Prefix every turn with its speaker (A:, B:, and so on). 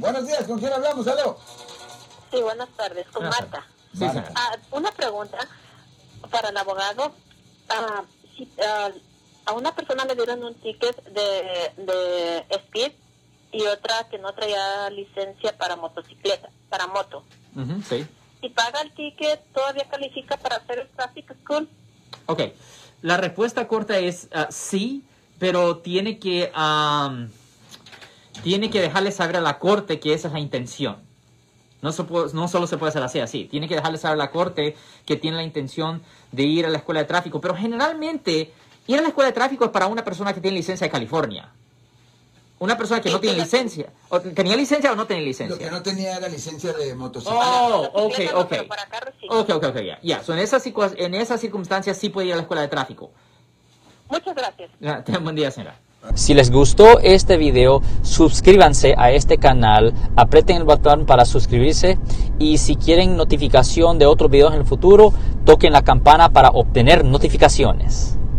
A: Buenos días, ¿con quién hablamos? ¿Aló?
B: Sí, buenas tardes, con Marta.
A: Sí, señora.
B: Una pregunta para el abogado. Si a una persona le dieron un ticket de speed y otra que no traía licencia para motocicleta, para moto.
C: Sí.
B: Si paga el ticket, ¿todavía califica para hacer el traffic school?
C: Ok. La respuesta corta es sí, pero tiene que dejarle saber a la corte que esa es la intención. No solo se puede hacer así. Tiene que dejarle saber a la corte que tiene la intención de ir a la escuela de tráfico. Pero generalmente, ir a la escuela de tráfico es para una persona que tiene licencia de California. Una persona que no tiene licencia. ¿Tenía licencia o no tenía licencia?
A: Lo que no tenía era licencia de motocicleta.
C: Oh, ok.
B: Pero para carros sí.
C: Ok, ya. So, en esas circunstancias sí puede ir a la escuela de tráfico.
B: Muchas gracias.
C: Tenga un buen día, señora.
D: Si les gustó este video, suscríbanse a este canal, aprieten el botón para suscribirse y si quieren notificación de otros videos en el futuro, toquen la campana para obtener notificaciones.